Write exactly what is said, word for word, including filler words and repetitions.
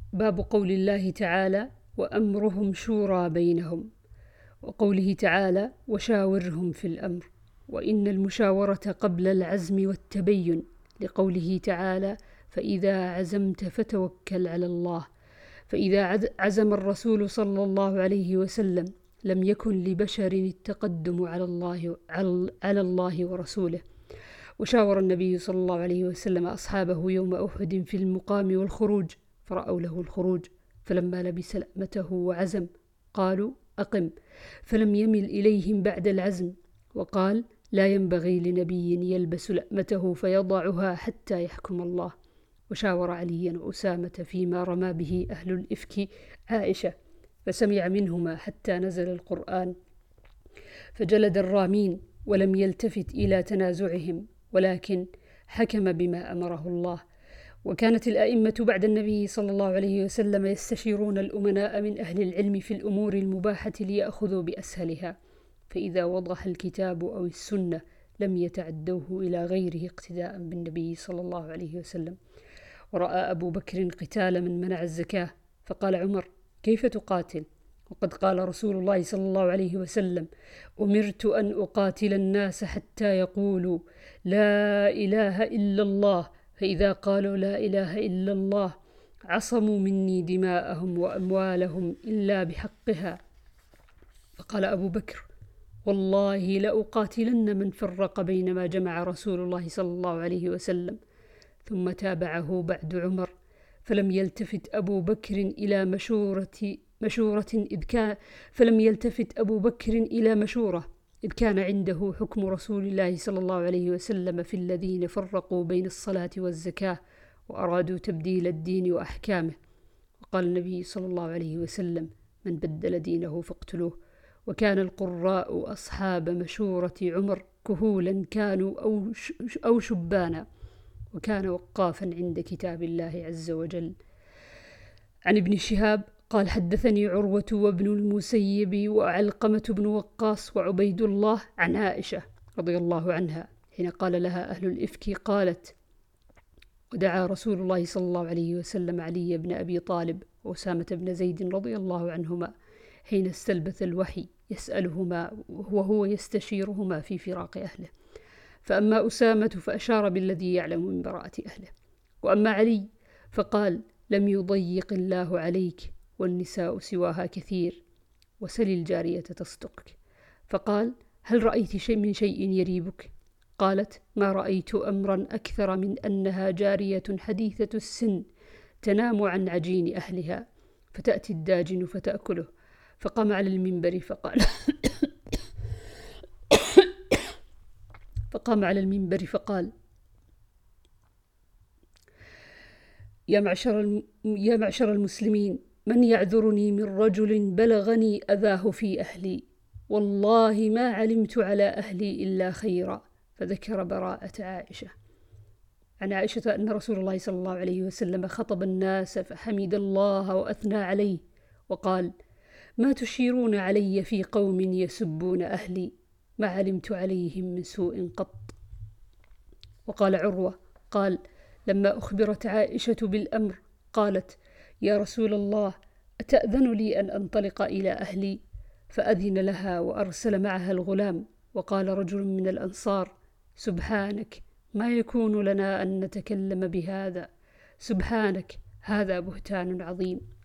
باب قول الله تعالى: وأمرهم شورى بينهم، وقوله تعالى: وشاورهم في الأمر، وإن المشاورة قبل العزم والتبين، لقوله تعالى: فإذا عزمت فتوكل على الله. فإذا عزم الرسول صلى الله عليه وسلم لم يكن لبشر التقدم على الله, على الله ورسوله. وشاور النبي صلى الله عليه وسلم أصحابه يوم أحد في المقام والخروج، فرأوا له الخروج، فلما لبس لأمته وعزم قالوا: أقم، فلم يمل إليهم بعد العزم، وقال: لا ينبغي لنبي يلبس لأمته فيضعها حتى يحكم الله. وشاور عليا وأسامة فيما رمى به أهل الإفك عائشة، فسمع منهما حتى نزل القرآن، فجلد الرامين ولم يلتفت إلى تنازعهم، ولكن حكم بما أمره الله. وكانت الأئمة بعد النبي صلى الله عليه وسلم يستشيرون الأمناء من أهل العلم في الأمور المباحة ليأخذوا بأسهلها، فإذا وضح الكتاب أو السنة لم يتعدوه إلى غيره اقتداء بالنبي صلى الله عليه وسلم. ورأى أبو بكر قتال من منع الزكاة، فقال عمر: كيف تقاتل؟ وقد قال رسول الله صلى الله عليه وسلم: أمرت أن أقاتل الناس حتى يقولوا لا إله إلا الله، فإذا قالوا لا إله إلا الله عصموا مني دماءهم وأموالهم إلا بحقها. فقال أبو بكر: والله لأقاتلن من فرق بين ما جمع رسول الله صلى الله عليه وسلم. ثم تابعه بعد عمر، فلم يلتفت أبو بكر إلى مشورة مشورة إذ كان فلم يلتفت أبو بكر إلى مشورة إذ كان عنده حكم رسول الله صلى الله عليه وسلم في الذين فرقوا بين الصلاة والزكاة وأرادوا تبديل الدين وأحكامه. وقال النبي صلى الله عليه وسلم: من بدل دينه فاقتلوه. وكان القراء أصحاب مشورة عمر كهولا كانوا أو, أو شبانا، وكان وقافا عند كتاب الله عز وجل. عن ابن شهاب قال: حدثني عروة وابن المسيب وعلقمة بن وقاص وعبيد الله عن عائشة رضي الله عنها حين قال لها أهل الإفك، قالت: ودعا رسول الله صلى الله عليه وسلم علي بن أبي طالب وأسامة بن زيد رضي الله عنهما حين استلبث الوحي يسألهما وهو يستشيرهما في فراق أهله. فأما أسامة فأشار بالذي يعلم من براءة أهله، وأما علي فقال: لم يضيق الله عليك، والنساء سواها كثير، وسل الجارية تصدقك. فقال: هل رأيت شيء من شيء يريبك؟ قالت: ما رأيت أمرا أكثر من أنها جارية حديثة السن تنام عن عجين أهلها فتأتي الداجن فتأكله. فقام على المنبر فقال فقام على المنبر فقال: يا معشر الم... يا معشر المسلمين، من يعذرني من رجل بلغني أذاه في أهلي؟ والله ما علمت على أهلي إلا خيرا. فذكر براءة عائشة. عن عائشة أن رسول الله صلى الله عليه وسلم خطب الناس فحمد الله وأثنى عليه وقال: ما تشيرون علي في قوم يسبون أهلي؟ ما علمت عليهم من سوء قط. وقال عروة قال: لما أخبرت عائشة بالأمر قالت: يا رسول الله، أتأذن لي أن أنطلق إلى أهلي؟ فأذن لها وأرسل معها الغلام. وقال رجل من الأنصار: سبحانك، ما يكون لنا أن نتكلم بهذا، سبحانك، هذا بهتان عظيم.